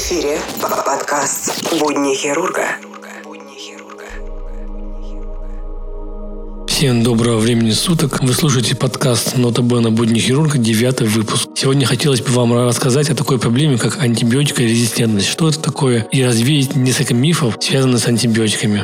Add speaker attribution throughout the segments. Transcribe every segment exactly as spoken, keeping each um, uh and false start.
Speaker 1: эфире подкаст «Будни хирурга».
Speaker 2: Всем доброго времени суток. Вы слушаете подкаст «Нота Бена. Будни хирурга», девятый выпуск. Сегодня хотелось бы вам рассказать о такой проблеме, как антибиотикорезистентность. Что это такое? И развеять несколько мифов, связанных с антибиотиками.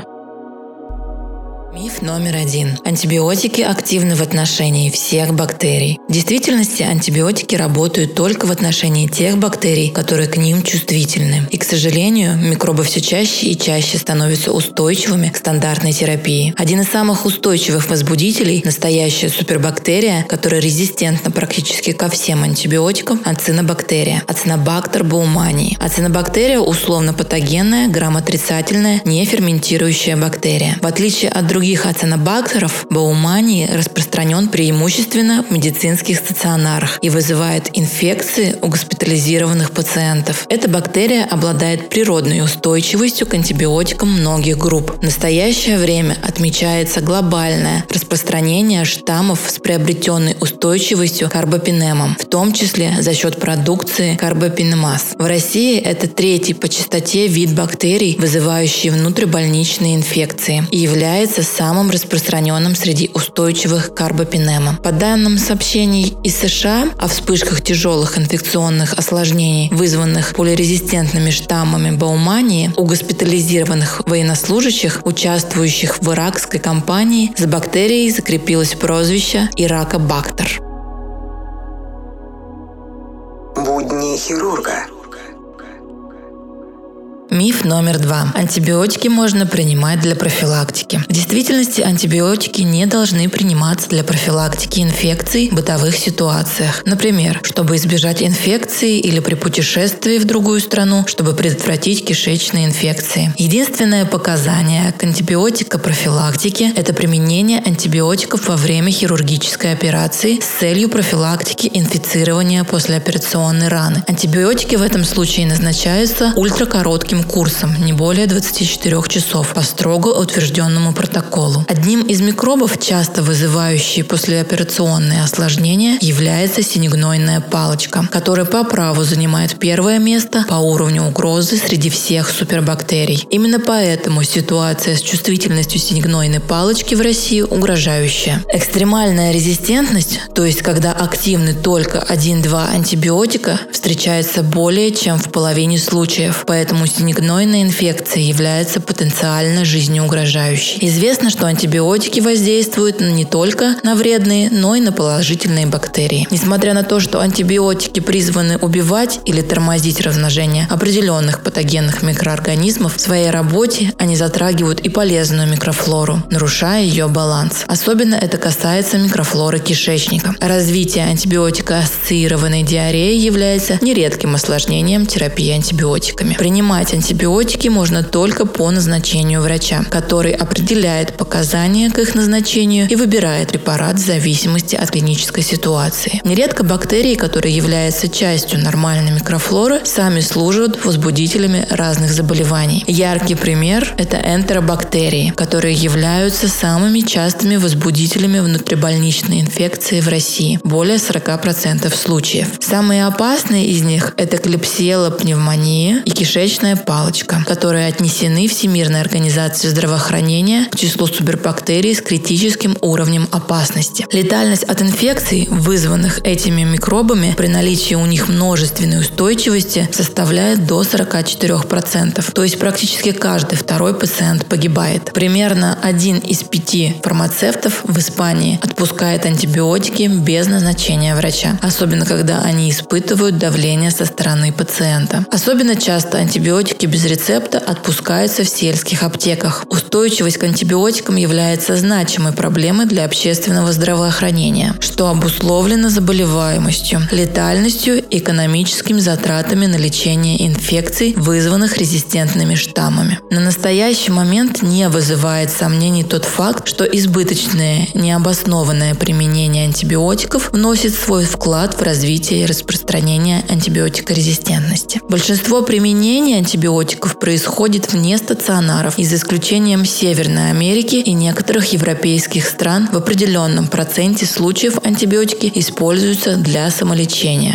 Speaker 3: Миф номер один. Антибиотики активны в отношении всех бактерий. В действительности антибиотики работают только в отношении тех бактерий, которые к ним чувствительны. И, к сожалению, микробы все чаще и чаще становятся устойчивыми к стандартной терапии. Один из самых устойчивых возбудителей – настоящая супербактерия, которая резистентна практически ко всем антибиотикам – ацинобактерия, ацинобактер боумании. Ацинобактерия условно патогенная, грамотрицательная, неферментирующая бактерия. В отличие от других Других ацинобактеров, боумании распространен преимущественно в медицинских стационарах и вызывает инфекции у госпитализированных пациентов. Эта бактерия обладает природной устойчивостью к антибиотикам многих групп. В настоящее время отмечается глобальное распространение штаммов с приобретенной устойчивостью к карбапенемам, в том числе за счет продукции карбапенемаз. В России это третий по частоте вид бактерий, вызывающий внутрибольничные инфекции, и является самым распространенным среди устойчивых к карбапенемам. По данным сообщений из США о вспышках тяжелых инфекционных осложнений, вызванных полирезистентными штаммами боумании у госпитализированных военнослужащих, участвующих в иракской кампании, за бактерией закрепилось прозвище Иракобактер.
Speaker 1: Будни хирурга.
Speaker 3: Миф номер два. Антибиотики можно принимать для профилактики. В действительности антибиотики не должны приниматься для профилактики инфекций в бытовых ситуациях. Например, чтобы избежать инфекции или при путешествии в другую страну, чтобы предотвратить кишечные инфекции. Единственное показание к антибиотикопрофилактике – это применение антибиотиков во время хирургической операции с целью профилактики инфицирования послеоперационной раны. Антибиотики в этом случае назначаются ультракоротким курсом, не более двадцати четырёх часов, по строго утвержденному протоколу. Одним из микробов, часто вызывающие послеоперационные осложнения, является синегнойная палочка, которая по праву занимает первое место по уровню угрозы среди всех супербактерий. Именно поэтому ситуация с чувствительностью синегнойной палочки в России угрожающая. Экстремальная резистентность, то есть когда активны только один-два антибиотика, встречается более чем в половине случаев, поэтому синегнойная инфекция является потенциально жизнеугрожающей. Известно, что антибиотики воздействуют не только на вредные, но и на положительные бактерии. Несмотря на то, что антибиотики призваны убивать или тормозить размножение определенных патогенных микроорганизмов, в своей работе они затрагивают и полезную микрофлору, нарушая ее баланс. Особенно это касается микрофлоры кишечника. Развитие антибиотикоассоциированной диареи является нередким осложнением терапии антибиотиками. Принимать антибиотики можно только по назначению врача, который определяет показания к их назначению и выбирает препарат в зависимости от клинической ситуации. Нередко бактерии, которые являются частью нормальной микрофлоры, сами служат возбудителями разных заболеваний. Яркий пример – это энтеробактерии, которые являются самыми частыми возбудителями внутрибольничной инфекции в России – более сорока процентов случаев. Самые опасные из них – это клебсиелла пневмония и кишечная палочка, которые отнесены Всемирной организацией здравоохранения к числу супербактерий с критическим уровнем опасности. Летальность от инфекций, вызванных этими микробами, при наличии у них множественной устойчивости составляет до сорока четырёх процентов, то есть практически каждый второй пациент погибает. Примерно один из пяти фармацевтов в Испании отпускает антибиотики без назначения врача, особенно когда они испытывают давление со стороны пациента. Особенно часто антибиотики без рецепта отпускаются в сельских аптеках. Устойчивость к антибиотикам является значимой проблемой для общественного здравоохранения, что обусловлено заболеваемостью, летальностью, экономическими затратами на лечение инфекций, вызванных резистентными штаммами. На настоящий момент не вызывает сомнений тот факт, что избыточное, необоснованное применение антибиотиков вносит свой вклад в развитие и распространение антибиотикорезистентности. Большинство применения антибиотиков происходит вне стационаров, и за исключением Северной Америки и некоторых европейских стран в определенном проценте случаев антибиотики используются для самолечения. Контролируя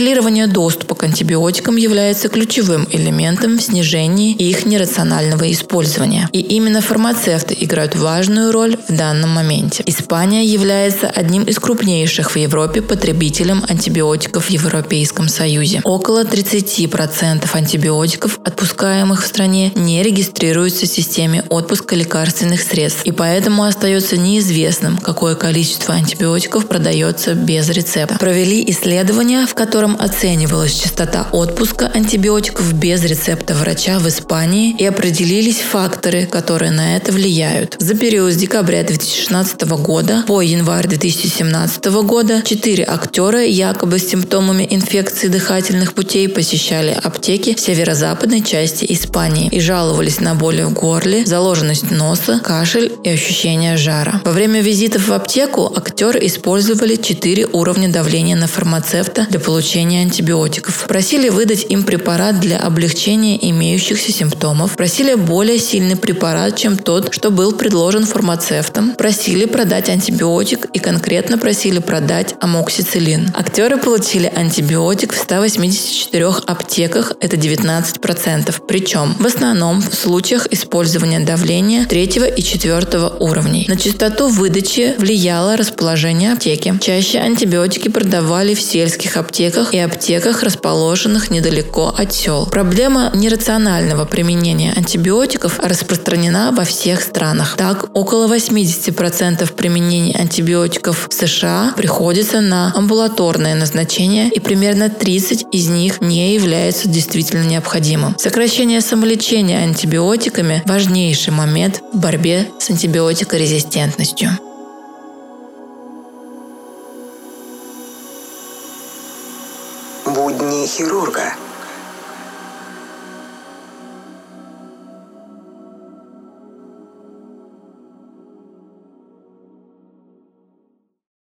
Speaker 3: Контролирование доступа к антибиотикам является ключевым элементом в снижении их нерационального использования. И именно фармацевты играют важную роль в данном моменте. Испания является одним из крупнейших в Европе потребителем антибиотиков в Европейском Союзе. Около тридцать процентов антибиотиков, отпускаемых в стране, не регистрируются в системе отпуска лекарственных средств, и поэтому остается неизвестным, какое количество антибиотиков продается без рецепта. Провели исследование, в котором оценивалась частота отпуска антибиотиков без рецепта врача в Испании, и определились факторы, которые на это влияют. За период с декабря две тысячи шестнадцатого года по январь две тысячи семнадцатого года четыре актера якобы с симптомами инфекции дыхательных путей посещали аптеки в северо-западной части Испании и жаловались на боли в горле, заложенность носа, кашель и ощущение жара. Во время визитов в аптеку актеры использовали четыре уровня давления на фармацевта для получения антибиотиков. Просили выдать им препарат для облегчения имеющихся симптомов, просили более сильный препарат, чем тот, что был предложен фармацевтом, просили продать антибиотик и конкретно просили продать амоксициллин. Актеры получили антибиотик в ста восьмидесяти четырёх аптеках, это девятнадцать процентов, причем в основном в случаях использования давления третьего и четвертого уровней. На частоту выдачи влияло расположение аптеки. Чаще антибиотики продавали в сельских аптеках и аптеках, расположенных недалеко от сел. Проблема нерационального применения антибиотиков распространена во всех странах. Так, около восемьдесят процентов применения антибиотиков в США приходится на амбулаторное назначение, и примерно тридцать из них не являются действительно необходимым. Сокращение самолечения антибиотиками – важнейший момент в борьбе с антибиотикорезистентностью.
Speaker 1: Будни хирурга.